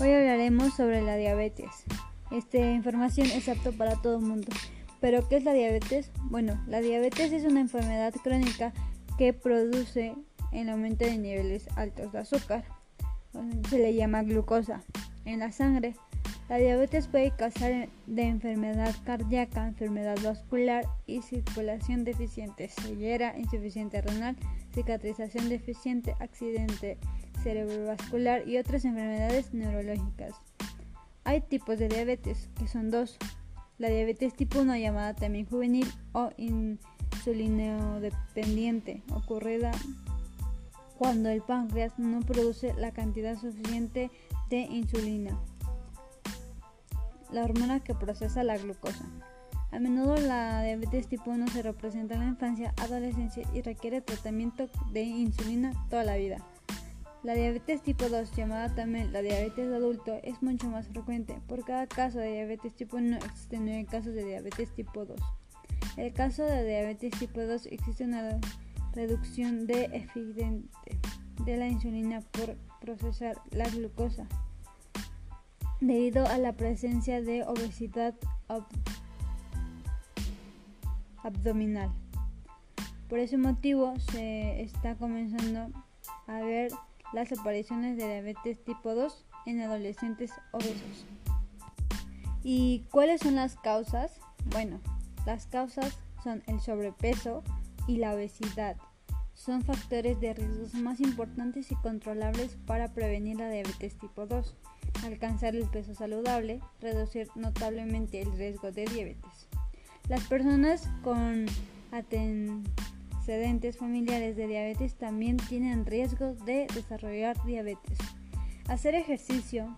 Hoy hablaremos sobre la diabetes. Esta información es apta para todo el mundo. ¿Pero qué es la diabetes? Bueno, la diabetes es una enfermedad crónica que produce el aumento de niveles altos de azúcar. Se le llama glucosa en la sangre. La diabetes puede causar de enfermedad cardíaca, enfermedad vascular y circulación deficiente, ceguera, insuficiencia renal, cicatrización deficiente, accidente cerebrovascular y otras enfermedades neurológicas. Hay tipos de diabetes, que son dos. La diabetes tipo 1, llamada también juvenil o insulinodependiente, ocurrida cuando el páncreas no produce la cantidad suficiente de insulina, la hormona que procesa la glucosa. A menudo la diabetes tipo 1 se representa en la infancia, adolescencia y requiere tratamiento de insulina toda la vida. La diabetes tipo 2, llamada también la diabetes de adulto, es mucho más frecuente. Por cada caso de diabetes tipo 1 existen 9 casos de diabetes tipo 2. En el caso de diabetes tipo 2 existe una reducción evidente de la insulina por procesar la glucosa, debido a la presencia de obesidad abdominal. Por ese motivo se está comenzando a ver las apariciones de diabetes tipo 2 en adolescentes obesos. ¿Y cuáles son las causas? Bueno, las causas son el sobrepeso y la obesidad. Son factores de riesgos más importantes y controlables para prevenir la diabetes tipo 2. Alcanzar el peso saludable, reducir notablemente el riesgo de diabetes. Las personas con antecedentes familiares de diabetes también tienen riesgo de desarrollar diabetes. Hacer ejercicio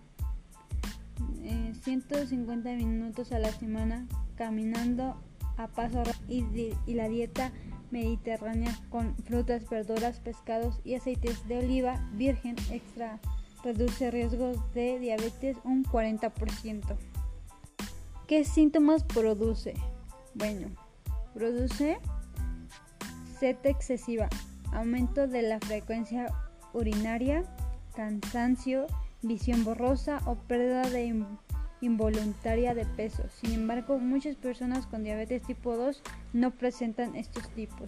150 minutos a la semana, caminando a paso rápido y la dieta mediterránea con frutas, verduras, pescados y aceites de oliva virgen extra reduce riesgos de diabetes un 40%. ¿Qué síntomas produce? Bueno, produce sed excesiva, aumento de la frecuencia urinaria, cansancio, visión borrosa o pérdida involuntaria de peso. Sin embargo, muchas personas con diabetes tipo 2 no presentan estos tipos.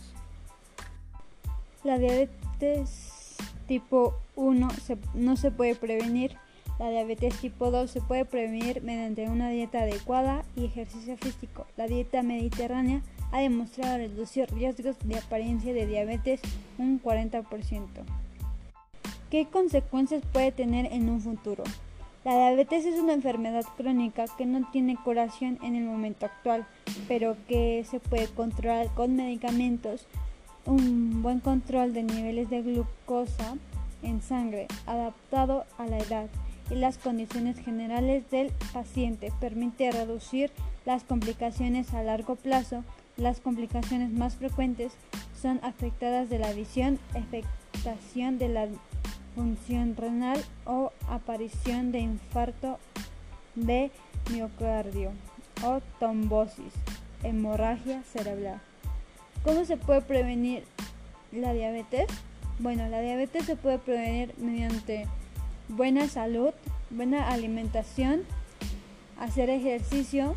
La diabetes tipo 1 no se puede prevenir. La diabetes tipo 2 se puede prevenir mediante una dieta adecuada y ejercicio físico. La dieta mediterránea ha demostrado reducir riesgos de apariencia de diabetes un 40%. ¿Qué consecuencias puede tener en un futuro? La diabetes es una enfermedad crónica que no tiene curación en el momento actual, pero que se puede controlar con medicamentos, un buen control de niveles de glucosa en sangre, adaptado a la edad y las condiciones generales del paciente, permite reducir las complicaciones a largo plazo. Las complicaciones más frecuentes son afectadas de la visión, afectación de la función renal o aparición de infarto de miocardio o trombosis, hemorragia cerebral. ¿Cómo se puede prevenir la diabetes? Bueno, la diabetes se puede prevenir mediante buena salud, buena alimentación, hacer ejercicio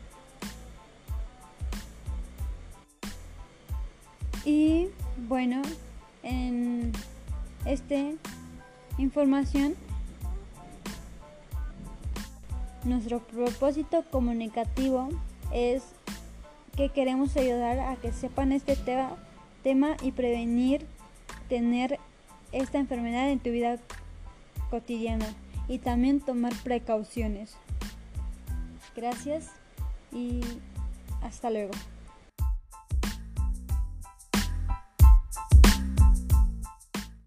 y bueno, en esta información nuestro propósito comunicativo es que queremos ayudar a que sepan este tema y prevenir tener esta enfermedad en tu vida cotidiana y también tomar precauciones. Gracias y hasta luego.